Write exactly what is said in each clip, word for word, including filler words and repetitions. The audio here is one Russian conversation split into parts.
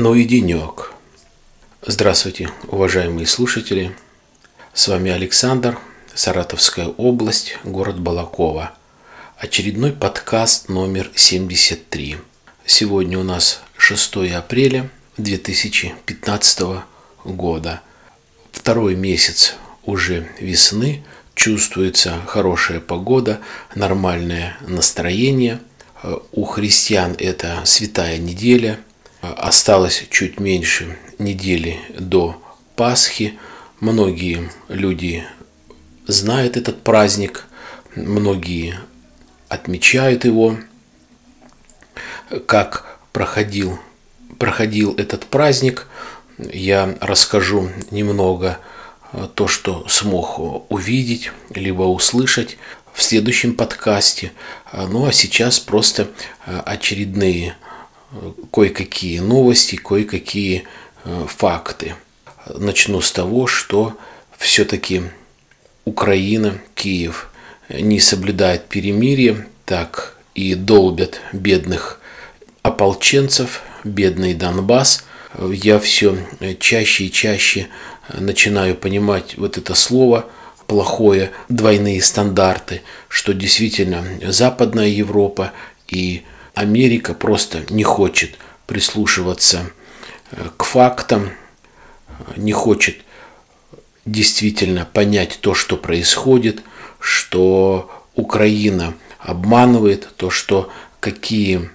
Ну и денек. Здравствуйте, уважаемые слушатели. С вами Александр, Саратовская область, город Балаково. Очередной подкаст номер семьдесят три. Сегодня у нас шестое апреля две тысячи пятнадцатого года. Второй месяц уже весны. Чувствуется хорошая погода, нормальное настроение. У христиан это святая неделя. Осталось чуть меньше недели до Пасхи. Многие люди знают этот праздник, многие отмечают его. Как проходил, проходил этот праздник, я расскажу немного то, что смог увидеть, либо услышать в следующем подкасте. Ну а сейчас просто очередные кое-какие новости, кое-какие факты. Начну с того, что все-таки Украина, Киев не соблюдает перемирие, так и долбят бедных ополченцев, бедный Донбасс. Я все чаще и чаще начинаю понимать вот это слово плохое, двойные стандарты, что действительно Западная Европа и Америка просто не хочет прислушиваться к фактам, не хочет действительно понять то, что происходит, что Украина обманывает, то, что какие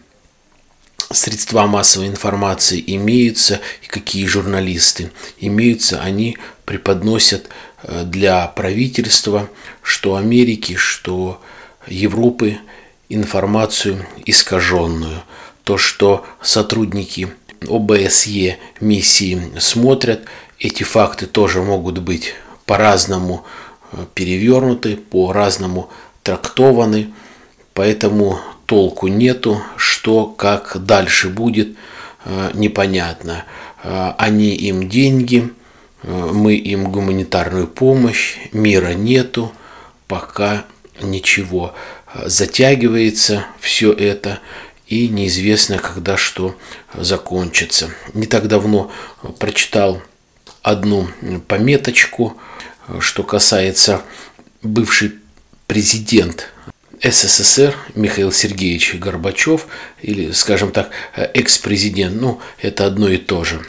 средства массовой информации имеются и какие журналисты имеются, они преподносят для правительства, что Америки, что Европы, информацию искаженную. То, что сотрудники ОБСЕ миссии смотрят, эти факты тоже могут быть по-разному перевернуты, по-разному трактованы, поэтому толку нету, что как дальше будет, непонятно. Они им деньги, мы им гуманитарную помощь, мира нету, пока ничего. Затягивается все это, и неизвестно, когда что закончится. Не так давно прочитал одну пометочку, что касается бывший президент СССР Михаил Сергеевич Горбачев, или, скажем так, экс-президент, ну, это одно и то же.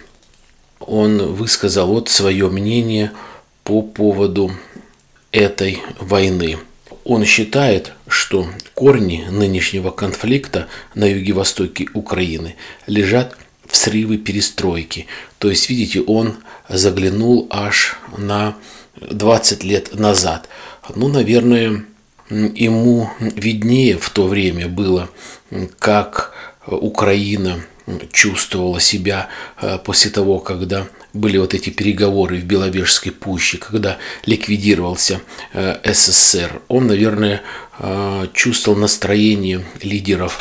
Он высказал вот свое мнение по поводу этой войны. Он считает, что корни нынешнего конфликта на юге-востоке Украины лежат в срыве перестройки. То есть, видите, он заглянул аж на двадцать лет назад. Ну, наверное, ему виднее в то время было, как Украина чувствовала себя после того, когда были вот эти переговоры в Беловежской пуще, когда ликвидировался СССР. Он, наверное, чувствовал настроение лидеров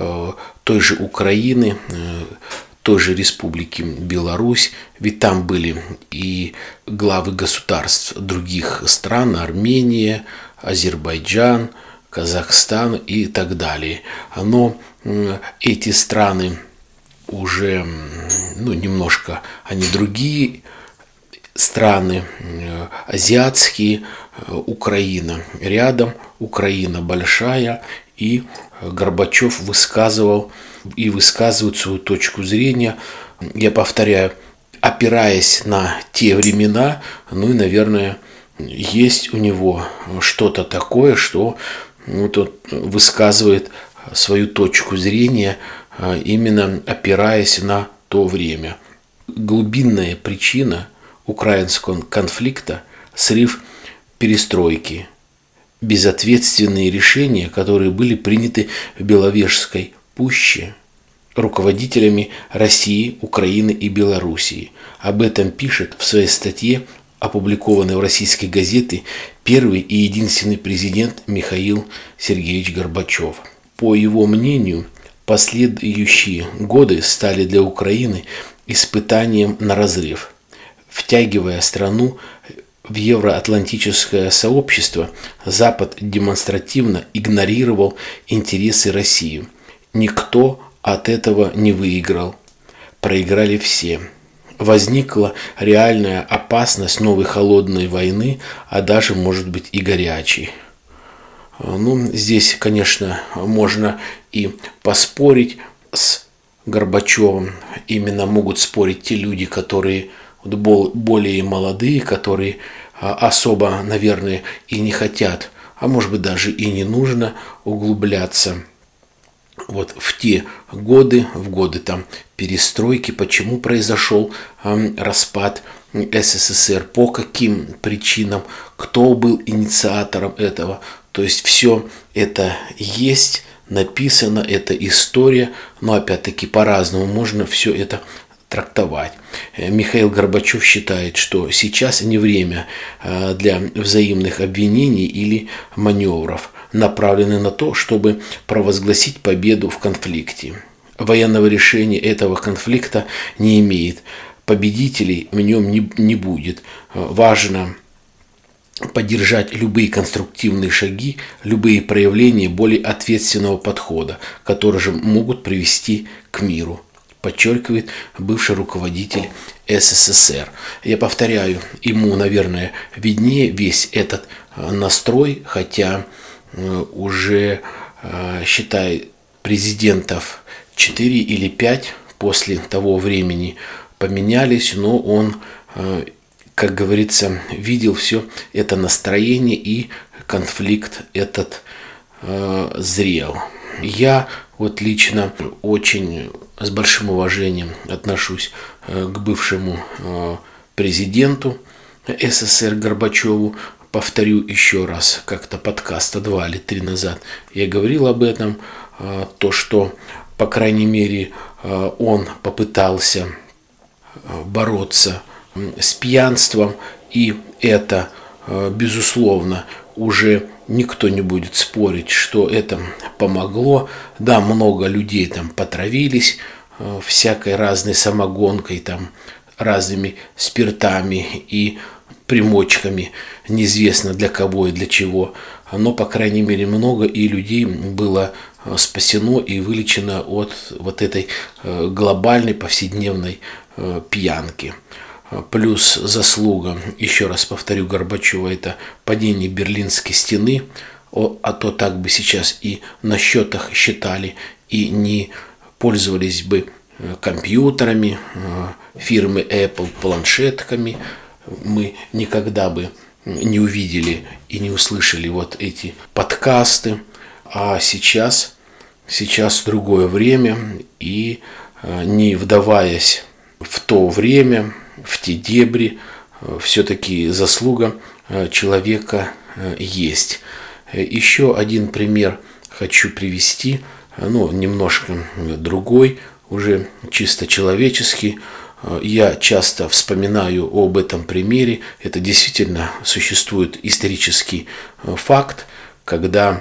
той же Украины, той же Республики Беларусь, ведь там были и главы государств других стран, Армения, Азербайджан, Казахстан и так далее. Но эти страны уже, ну, немножко они другие страны, азиатские, Украина рядом, Украина большая, и Горбачев высказывал и высказывает свою точку зрения, я повторяю, опираясь на те времена, ну и, наверное, есть у него что-то такое, что вот он высказывает свою точку зрения, именно опираясь на то время. Глубинная причина украинского конфликта – срыв перестройки, безответственные решения, которые были приняты в Беловежской пуще руководителями России, Украины и Белоруссии. Об этом пишет в своей статье, опубликованной в российской газете, первый и единственный президент Михаил Сергеевич Горбачев. По его мнению, последующие годы стали для Украины испытанием на разрыв. Втягивая страну в евроатлантическое сообщество, Запад демонстративно игнорировал интересы России. Никто от этого не выиграл. проиграли все. Возникла реальная опасность новой холодной войны, а даже, может быть, и горячей. Ну, здесь, конечно, можно и поспорить с Горбачевым. Именно могут спорить те люди, которые более молодые, которые особо, наверное, и не хотят, а может быть, даже и не нужно углубляться вот в те годы, в годы там перестройки, почему произошел э, распад СССР, по каким причинам, кто был инициатором этого. То есть все это есть, написано, это история, но опять-таки по-разному можно все это трактовать. Михаил Горбачев считает, что сейчас не время для взаимных обвинений или маневров, направлены на то, чтобы провозгласить победу в конфликте. Военного решения этого конфликта не имеет. Победителей в нем не, не будет. Важно поддержать любые конструктивные шаги, любые проявления более ответственного подхода, которые же могут привести к миру, подчеркивает бывший руководитель СССР. Я повторяю, ему, наверное, виднее весь этот настрой, хотя уже, считай, президентов четыре или пять после того времени поменялись, но он, как говорится, видел все это настроение, и конфликт этот зрел. Я вот лично очень с большим уважением отношусь к бывшему президенту СССР Горбачеву. Повторю еще раз, как-то подкаста два или три назад я говорил об этом, то, что, по крайней мере, он попытался бороться с пьянством, и это, безусловно, уже никто не будет спорить, что это помогло. Да, много людей там потравились всякой разной самогонкой, там, разными спиртами и примочками, неизвестно для кого и для чего, но, по крайней мере, много и людей было спасено и вылечено от вот этой глобальной повседневной пьянки. Плюс заслуга, еще раз повторю, Горбачева, это падение Берлинской стены, а то так бы сейчас и на счетах считали, и не пользовались бы компьютерами, фирмы Apple планшетками, мы никогда бы не увидели и не услышали вот эти подкасты. А сейчас, сейчас другое время, и не вдаваясь в то время, в те дебри, все-таки заслуга человека есть. Еще один пример хочу привести, ну, немножко другой, уже чисто человеческий. Я часто вспоминаю об этом примере. Это действительно существует исторический факт, когда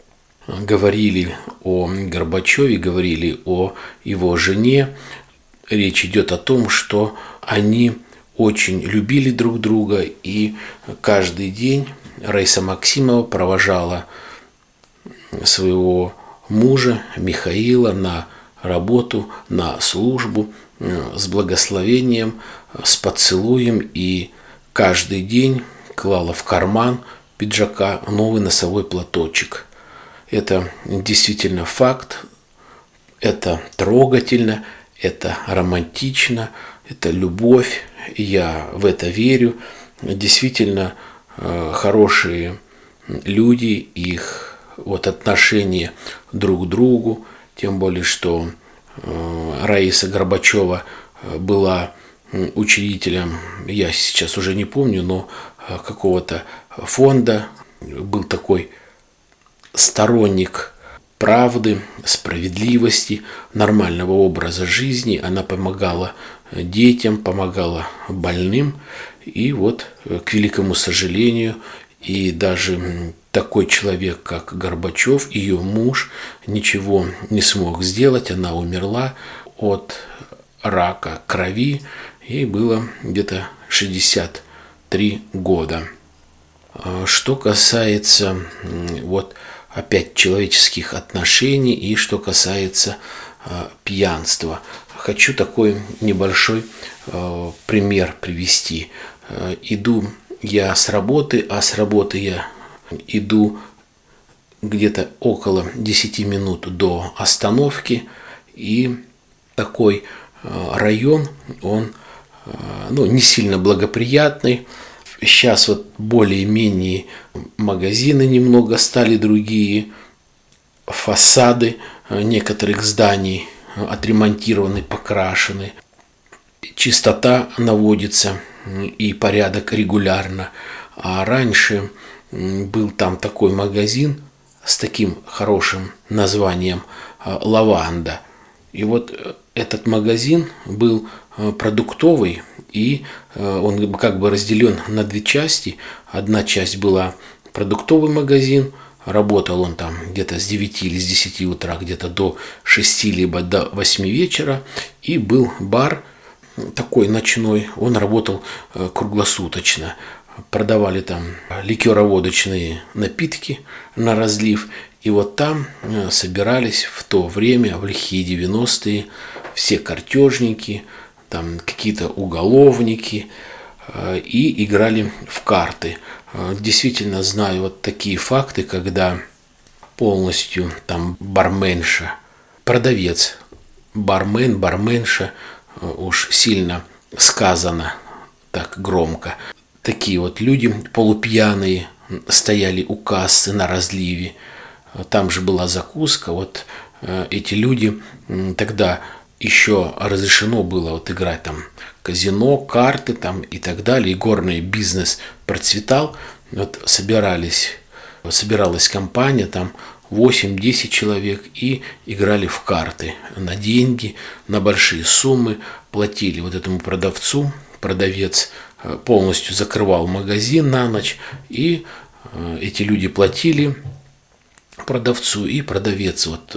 говорили о Горбачеве, говорили о его жене. Речь идет о том, что они очень любили друг друга, и каждый день Раиса Максимова провожала своего мужа Михаила на работу, на службу, с благословением, с поцелуем, и каждый день клала в карман пиджака новый носовой платочек. Это действительно факт, это трогательно, это романтично, это любовь, я в это верю. Действительно хорошие люди, их вот отношение друг к другу, тем более, что Раиса Горбачева была учредителем, я сейчас уже не помню, но какого-то фонда, был такой сторонник правды, справедливости, нормального образа жизни. Она помогала детям, помогала больным. И вот, к великому сожалению, и даже такой человек, как Горбачев, ее муж, ничего не смог сделать. Она умерла от рака крови. Ей было где-то шестьдесят три года. Что касается вот опять человеческих отношений и что касается пьянства. хочу такой небольшой э, пример привести. Э, иду я с работы, а с работы я иду где-то около десяти минут до остановки. И такой э, район, он э, ну, не сильно благоприятный. Сейчас вот более-менее магазины немного стали другие, фасады некоторых зданий отремонтированы, покрашены, чистота наводится и порядок регулярно. А раньше был там такой магазин с таким хорошим названием «Лаванда». И вот этот магазин был продуктовый, и он как бы разделен на две части. Одна часть была продуктовый магазин, работал он там где-то с девяти или с десяти утра, где-то до шести, либо до восьми вечера. И был бар такой ночной, он работал круглосуточно. Продавали там ликероводочные напитки на разлив. И вот там собирались в то время, в лихие девяностые, все картежники, там какие-то уголовники, и играли в карты. Действительно знаю вот такие факты, когда полностью там барменша, продавец, бармен, барменша, уж сильно сказано так громко. Такие вот люди полупьяные стояли у кассы на разливе. Там же была закуска. Вот эти люди, тогда еще разрешено было вот играть там казино, карты там и так далее. И горный бизнес процветал. Вот собирались, собиралась компания, там восемь-десять человек, и играли в карты на деньги, на большие суммы. Платили вот этому продавцу. Продавец полностью закрывал магазин на ночь, и эти люди платили продавцу, и продавец вот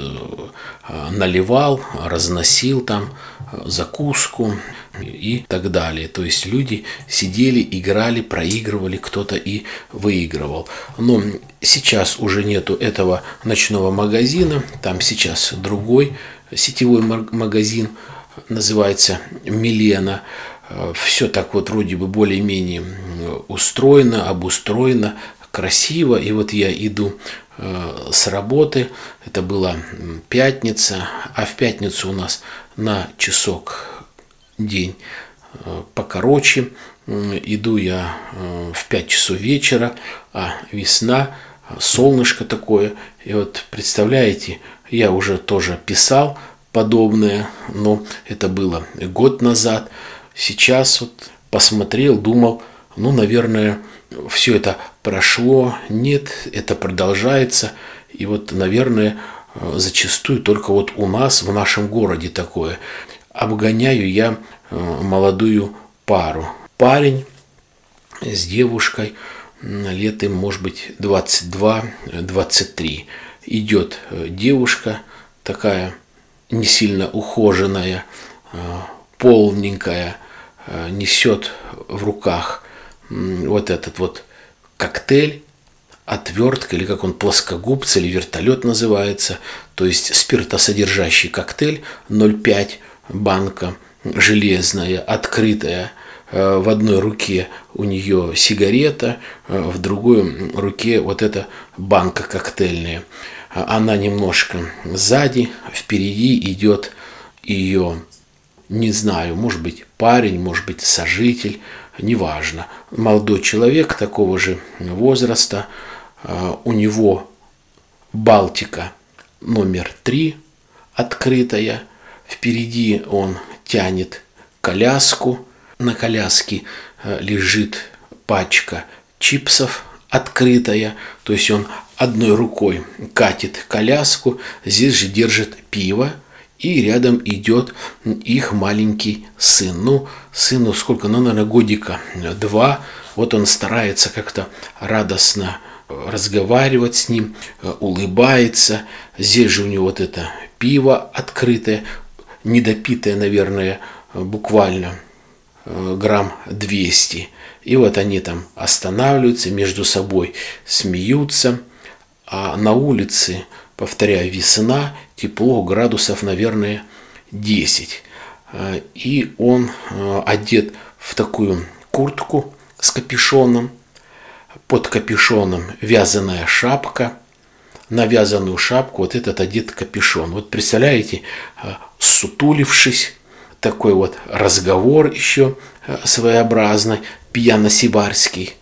наливал, разносил там закуску и так далее. То есть люди сидели, играли, проигрывали, кто-то и выигрывал. Но сейчас уже нету этого ночного магазина, там сейчас другой сетевой магазин, называется «Милена». Все так вот вроде бы более-менее устроено, обустроено, красиво. И вот я иду с работы, это была пятница, а в пятницу у нас на часок день покороче. Иду я в пять часов вечера, а весна, солнышко такое. И вот представляете, я уже тоже писал подобное, но это было год назад. Сейчас вот посмотрел, думал, ну, наверное, все это прошло. Нет, это продолжается. И вот, наверное, зачастую только вот у нас, в нашем городе такое. Обгоняю я молодую пару. Парень с девушкой, лет им, может быть, двадцать два - двадцать три. Идет девушка такая не сильно ухоженная, полненькая, несет в руках вот этот вот коктейль, отвертка, или как он, плоскогубцы, или вертолет называется, то есть спиртосодержащий коктейль, ноль пять банка, железная, открытая. В одной руке у нее сигарета, в другой руке вот эта банка коктейльная. Она немножко сзади, впереди идет ее, не знаю, может быть парень, может быть сожитель, неважно. Молодой человек такого же возраста, у него Балтика номер три открытая, впереди он тянет коляску, на коляске лежит пачка чипсов открытая, то есть он одной рукой катит коляску, здесь же держит пиво, и рядом идет их маленький сын. Ну, сыну сколько, ну, наверное, годика два. Вот он старается как-то радостно разговаривать с ним, улыбается. Здесь же у него вот это пиво открытое, недопитое, наверное, буквально грамм двести. И вот они там останавливаются, между собой смеются. А на улице, повторяю, весна, тепло, градусов, наверное, десять. И он одет в такую куртку с капюшоном. Под капюшоном вязаная шапка. На вязаную шапку вот этот одет капюшон. Вот представляете, сутулившись, такой вот разговор еще своеобразный, пьяно-сиварский.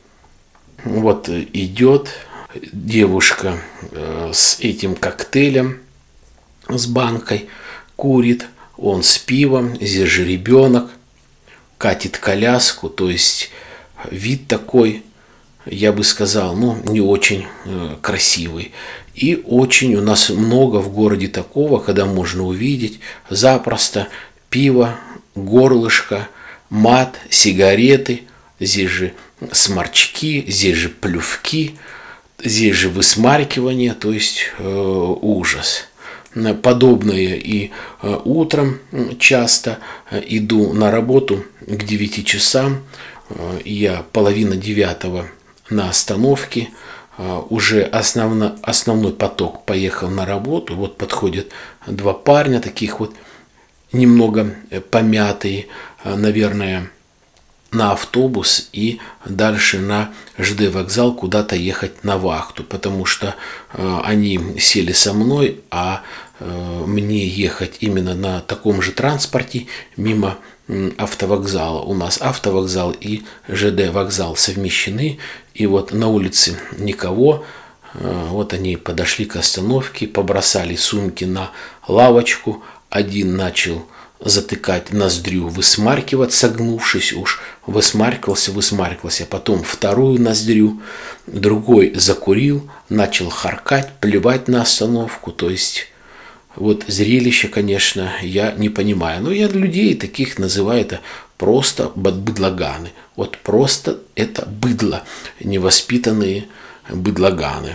Вот идет девушка с этим коктейлем, с банкой, курит, он с пивом, здесь же ребенок, катит коляску, то есть вид такой, я бы сказал, ну, не очень э, красивый. И очень у нас много в городе такого, когда можно увидеть запросто пиво, горлышко, мат, сигареты, здесь же сморчки, здесь же плювки, здесь же высмаркивание, то есть э, ужас. Подобное и э, утром часто э, иду на работу к девяти часам, э, я половина девятого на остановке, э, уже основно, основной поток поехал на работу, вот подходят два парня, таких вот немного помятые, э, наверное, на автобус и дальше на ЖД вокзал куда-то ехать на вахту, потому что э, они сели со мной, а э, мне ехать именно на таком же транспорте мимо э, автовокзала. У нас автовокзал и ЖД вокзал совмещены, и вот на улице никого. Э, вот они подошли к остановке, побросали сумки на лавочку, один начал затыкать ноздрю, высмаркивать, согнувшись уж, высмаркивался, высмаркивался, потом вторую ноздрю, другой закурил, начал харкать, плевать на остановку, то есть вот зрелище, конечно, я не понимаю, но я людей таких называю это просто быдлаганы, вот просто это быдло, невоспитанные быдлаганы.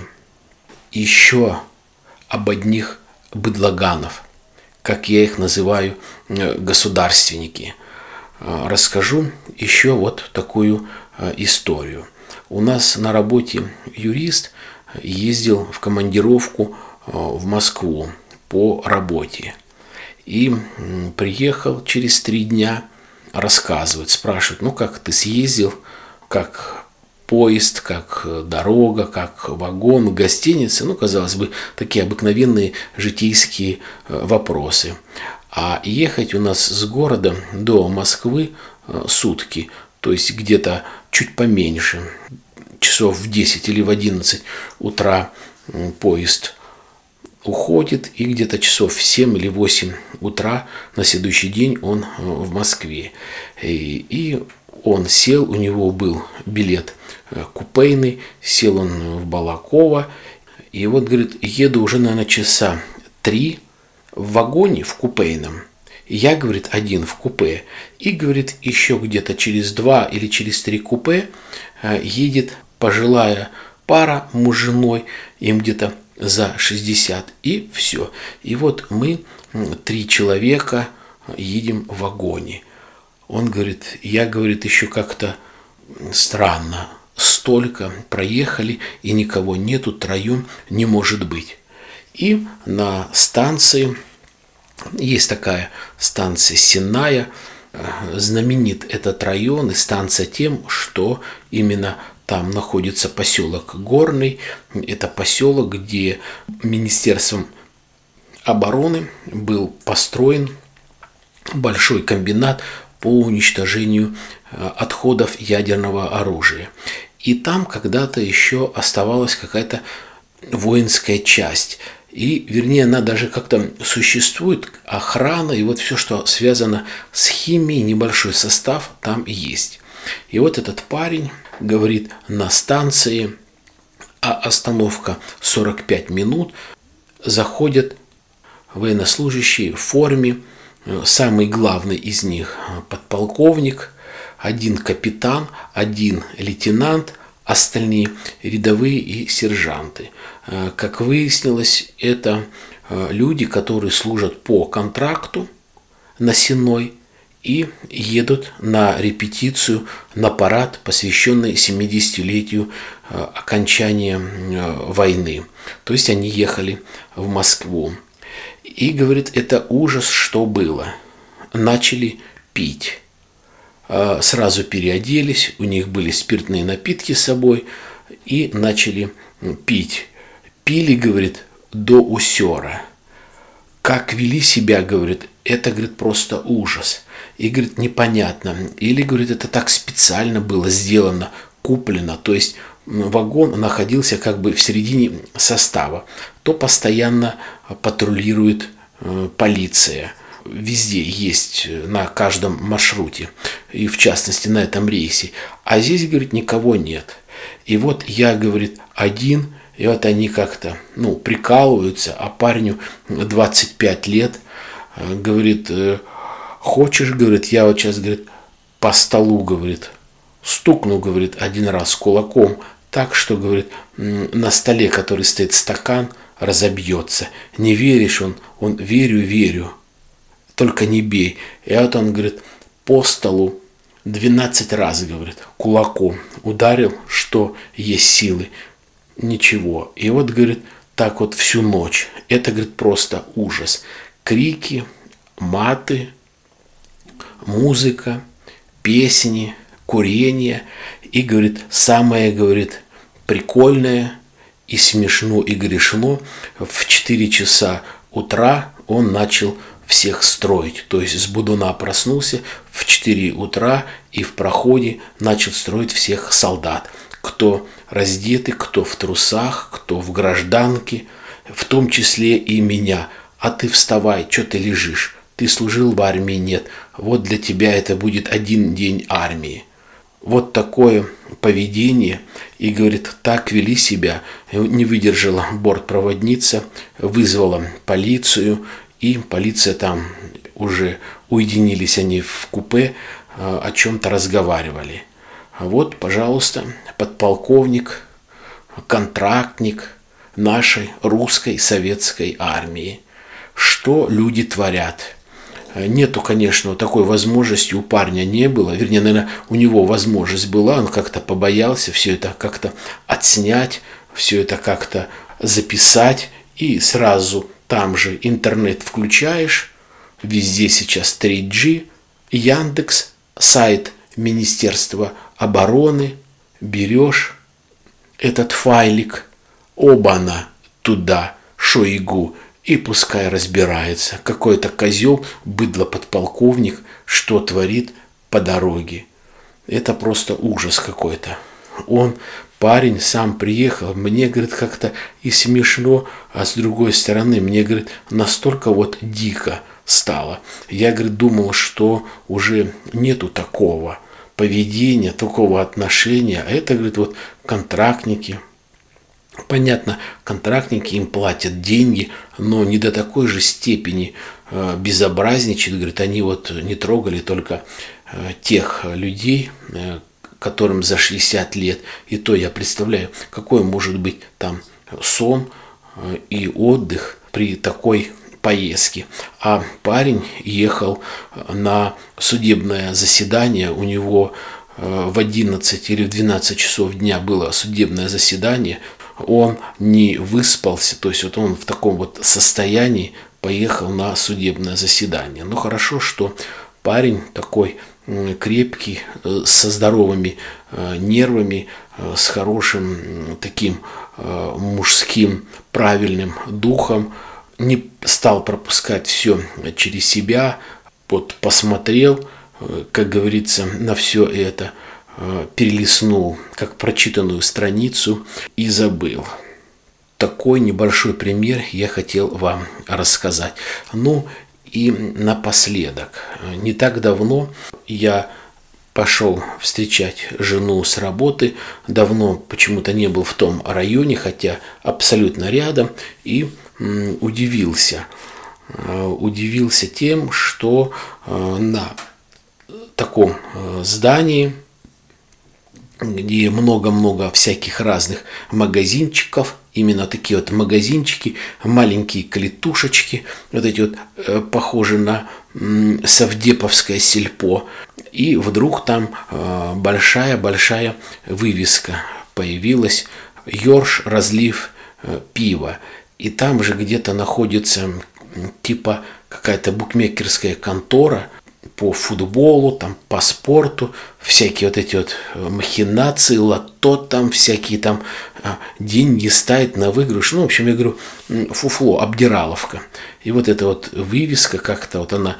Еще об одних быдлаганов, как я их называю, государственники. Расскажу еще вот такую историю. У нас на работе юрист ездил в командировку в Москву по работе. И приехал через три дня, рассказывает, спрашивает, ну как ты съездил, как поезд, как дорога, как вагон, гостиница, ну, казалось бы, такие обыкновенные житейские вопросы. А ехать у нас с города до Москвы сутки, то есть где-то чуть поменьше, часов в десять или в одиннадцать утра поезд уходит, и где-то часов в семь или восемь утра на следующий день он в Москве. И, и он сел, у него был билет купейный, сел он в Балаково, и вот, говорит, еду уже, наверное, часа три в вагоне, в купейном. Я, говорит, один в купе, и, говорит, еще где-то через два или через три купе едет пожилая пара, муж с женой, им где-то за шестьдесят, и все. И вот мы, три человека, едем в вагоне. Он говорит, я, говорит, еще как-то странно, столько проехали, и никого нету, троем не может быть. И на станции, есть такая станция Сенная, знаменит этот район и станция тем, что именно там находится поселок Горный. Это поселок, где Министерством обороны был построен большой комбинат по уничтожению отходов ядерного оружия. И там когда-то еще оставалась какая-то воинская часть. И, вернее, она даже как-то существует, охрана, и вот все, что связано с химией, небольшой состав там есть. И вот этот парень говорит, на станции, а остановка сорок пять минут, заходят военнослужащие в форме, самый главный из них подполковник, один капитан, один лейтенант, остальные рядовые и сержанты. Как выяснилось, это люди, которые служат по контракту на Сенной и едут на репетицию, на парад, посвященный семидесятилетию окончания войны. То есть они ехали в Москву. И, говорит, это ужас, что было. начали пить. Сразу переоделись, у них были спиртные напитки с собой и начали пить. Пили, говорит, до усера. Как вели себя, говорит, это, говорит, просто ужас. И, говорит, непонятно. Или, говорит, это так специально было сделано, куплено. То есть вагон находился как бы в середине состава. То постоянно патрулирует э, полиция. Везде есть, на каждом маршруте. И в частности на этом рейсе. А здесь, говорит, никого нет. И вот я, говорит, один. И вот они как-то, ну, прикалываются, а парню двадцать пять лет, говорит, хочешь, говорит, я вот сейчас, говорит, по столу, говорит, стукну, говорит, один раз кулаком, так что, говорит, на столе, который стоит стакан, разобьется. Не веришь, он, он, верю, верю, только не бей. И вот он, говорит, по столу двенадцать раз, говорит, кулаком ударил, что есть силы. Ничего. И вот, говорит, так вот всю ночь. Это, говорит, просто ужас. Крики, маты, музыка, песни, курение. И, говорит, самое, говорит, прикольное и смешно, и грешно. В четыре часа утра он начал всех строить. То есть с будуна проснулся в четыре утра и в проходе начал строить всех солдат. Кто раздеты, кто в трусах, кто в гражданке, в том числе и меня. А ты вставай, что ты лежишь? Ты служил в армии? Нет. Вот для тебя это будет один день армии. Вот такое поведение. И, говорит, так вели себя. Не выдержала бортпроводница, вызвала полицию. И полиция там уже уединились они в купе, о чем-то разговаривали. Вот, пожалуйста, подполковник, контрактник нашей русской советской армии. Что люди творят? Нету, конечно, такой возможности у парня не было. Вернее, наверное, у него возможность была. Он как-то побоялся все это как-то отснять, все это как-то записать. И сразу там же интернет включаешь. Везде сейчас три джи, Яндекс, сайт Министерства обороны, берешь этот файлик, оба-на туда, Шойгу, и пускай разбирается. Какой-то козел, быдло-подполковник, что творит по дороге. Это просто ужас какой-то. Он, парень, сам приехал, мне, говорит, как-то и смешно, а с другой стороны, мне, говорит, настолько вот дико стало. Я, говорит, думал, что уже нету такого поведения, такого отношения. А это, говорит, вот контрактники. Понятно, контрактники им платят деньги, но не до такой же степени э, безобразничают. Говорит, они вот не трогали только э, тех людей, э, которым за шестьдесят лет. И то я представляю, какой может быть там сон э, и отдых при такой поездки. А парень ехал на судебное заседание, у него в одиннадцать или в двенадцать часов дня было судебное заседание, он не выспался, то есть вот он в таком вот состоянии поехал на судебное заседание. Ну хорошо, что парень такой крепкий, со здоровыми нервами, с хорошим таким мужским правильным духом, не стал пропускать все через себя, вот посмотрел, как говорится, на все это, перелистнул как прочитанную страницу и забыл. Такой небольшой пример я хотел вам рассказать. Ну и напоследок, не так давно я пошел встречать жену с работы, давно почему-то не был в том районе, хотя абсолютно рядом, и м, удивился. Удивился тем, что на таком здании, где много-много всяких разных магазинчиков, именно такие вот магазинчики, маленькие клетушечки, вот эти вот похожи на совдеповское сельпо. И вдруг там большая-большая вывеска появилась: Йорш разлив пива. И там же где-то находится типа какая-то букмекерская контора, по футболу, там, по спорту, всякие вот эти вот махинации, лото там, всякие там деньги ставить на выигрыш. Ну, в общем, я говорю, фуфло, обдираловка. И вот эта вот вывеска как-то вот она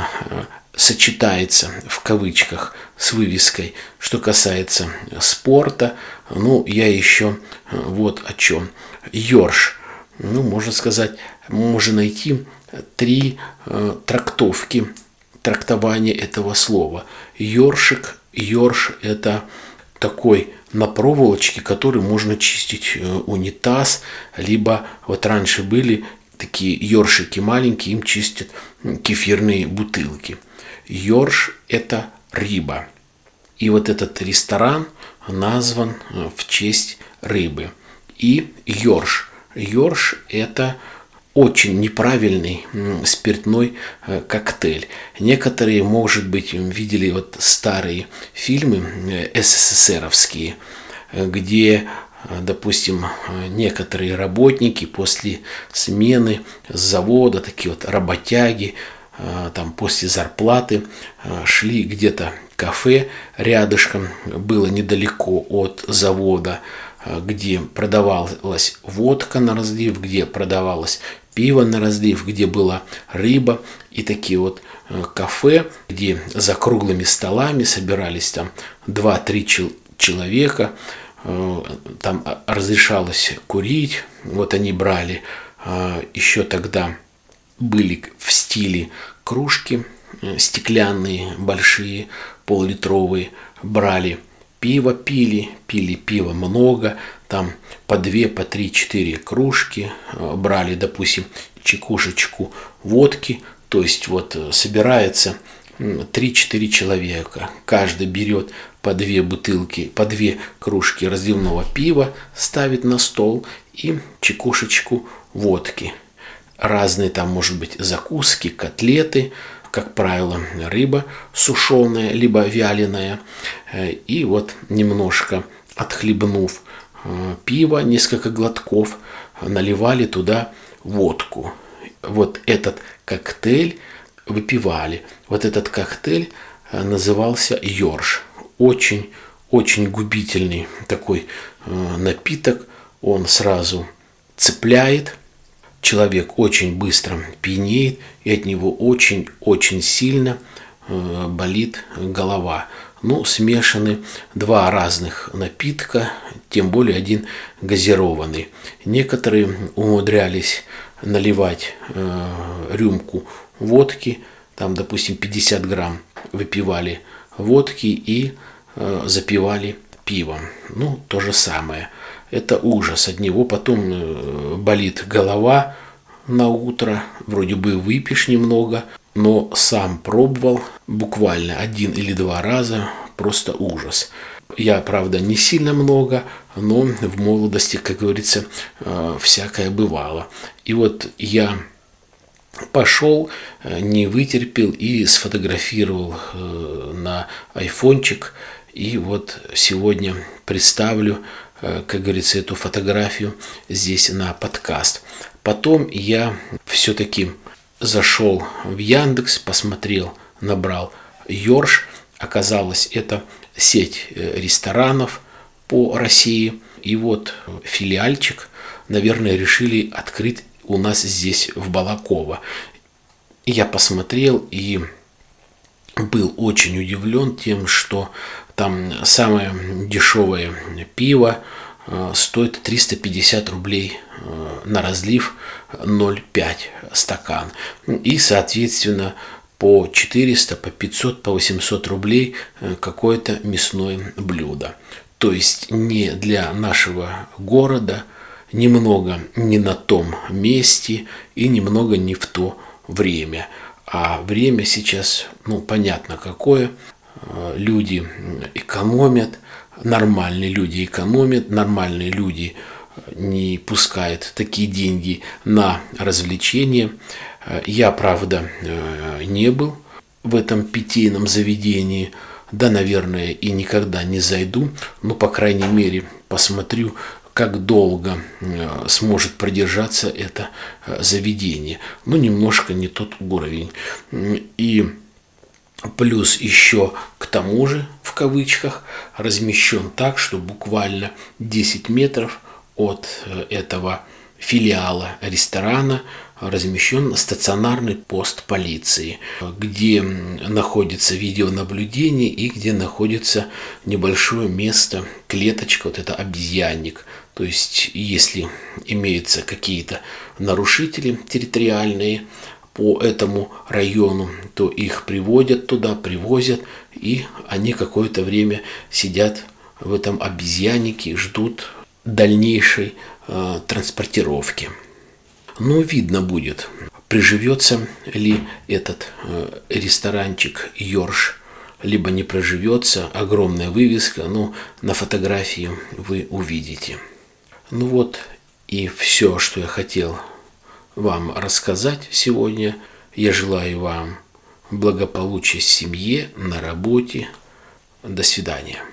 сочетается в кавычках с вывеской, что касается спорта. Ну, я еще вот о чем. Ёрш. Ну, можно сказать, можно найти три э, трактовки, трактования этого слова. Ёршик, ёрш – это такой на проволочке, который можно чистить унитаз, либо вот раньше были такие ёршики маленькие, им чистят кефирные бутылки. Ёрш – это рыба. И вот этот ресторан назван в честь рыбы. И ёрш. Ёрш – это очень неправильный спиртной коктейль. Некоторые, может быть, видели вот старые фильмы СССРовские, где, допустим, некоторые работники после смены с завода, такие вот работяги, там после зарплаты шли где-то в кафе рядышком, было недалеко от завода, где продавалась водка на разлив, где продавалось пиво на разлив, где была рыба, и такие вот кафе, где за круглыми столами собирались там два-три человека, там разрешалось курить, вот они брали, еще тогда были в стиле кружки стеклянные, большие, пол-литровые, брали пиво, пили, пили пиво много, там по две, по три, четыре кружки, брали, допустим, чекушечку водки, то есть вот собирается три-четыре человека, каждый берет по две бутылки, по две кружки разливного пива, ставит на стол и чекушечку водки. Разные там, может быть, закуски, котлеты, как правило, рыба сушеная, либо вяленая. И вот немножко отхлебнув пива, несколько глотков, наливали туда водку. Вот этот коктейль выпивали. Вот этот коктейль назывался ёрш. Очень, очень губительный такой напиток. Он сразу цепляет. Человек очень быстро пьянеет, и от него очень-очень сильно э, болит голова. Ну, смешаны два разных напитка, тем более один газированный. Некоторые умудрялись наливать э, рюмку водки, там, допустим, пятьдесят грамм выпивали водки и э, запивали пивом. Ну, то же самое. Это ужас. От него потом болит голова на утро. Вроде бы выпьешь немного, но сам пробовал буквально один или два раза. Просто ужас. Я, правда, не сильно много, но в молодости, как говорится, всякое бывало. И вот я пошел, не вытерпел и сфотографировал на айфончик. И вот сегодня представлю, как говорится, эту фотографию здесь на подкаст. Потом я все-таки зашел в Яндекс, посмотрел, набрал ёрш. Оказалось, это сеть ресторанов по России. И вот филиальчик, наверное, решили открыть у нас здесь в Балаково. Я посмотрел и был очень удивлен тем, что там самое дешевое пиво стоит триста пятьдесят рублей на разлив, ноль целых пять стакан. И, соответственно, по четыреста, по пятьсот, по восемьсот рублей какое-то мясное блюдо. То есть не для нашего города, немного не на том месте и немного не в то время. А время сейчас, ну, понятно какое. Люди экономят, нормальные люди экономят, нормальные люди не пускают такие деньги на развлечения. Я, правда, не был в этом питейном заведении, да, наверное, и никогда не зайду, но, по крайней мере, посмотрю, как долго сможет продержаться это заведение. Ну, немножко не тот уровень. И Плюс еще к тому же, в кавычках, размещен так, что буквально десять метров от этого филиала ресторана размещен стационарный пост полиции, где находится видеонаблюдение и где находится небольшое место, клеточка, вот это обезьянник. То есть, если имеются какие-то нарушители территориальные по этому району, то их приводят туда, привозят, и они какое-то время сидят в этом обезьяннике, ждут дальнейшей э, транспортировки. Но видно будет, приживется ли этот э, ресторанчик Йорш, либо не приживется. Огромная вывеска, но на фотографии вы увидите. Ну вот и все, что я хотел вам рассказать сегодня. Я желаю вам благополучия в семье, на работе. До свидания.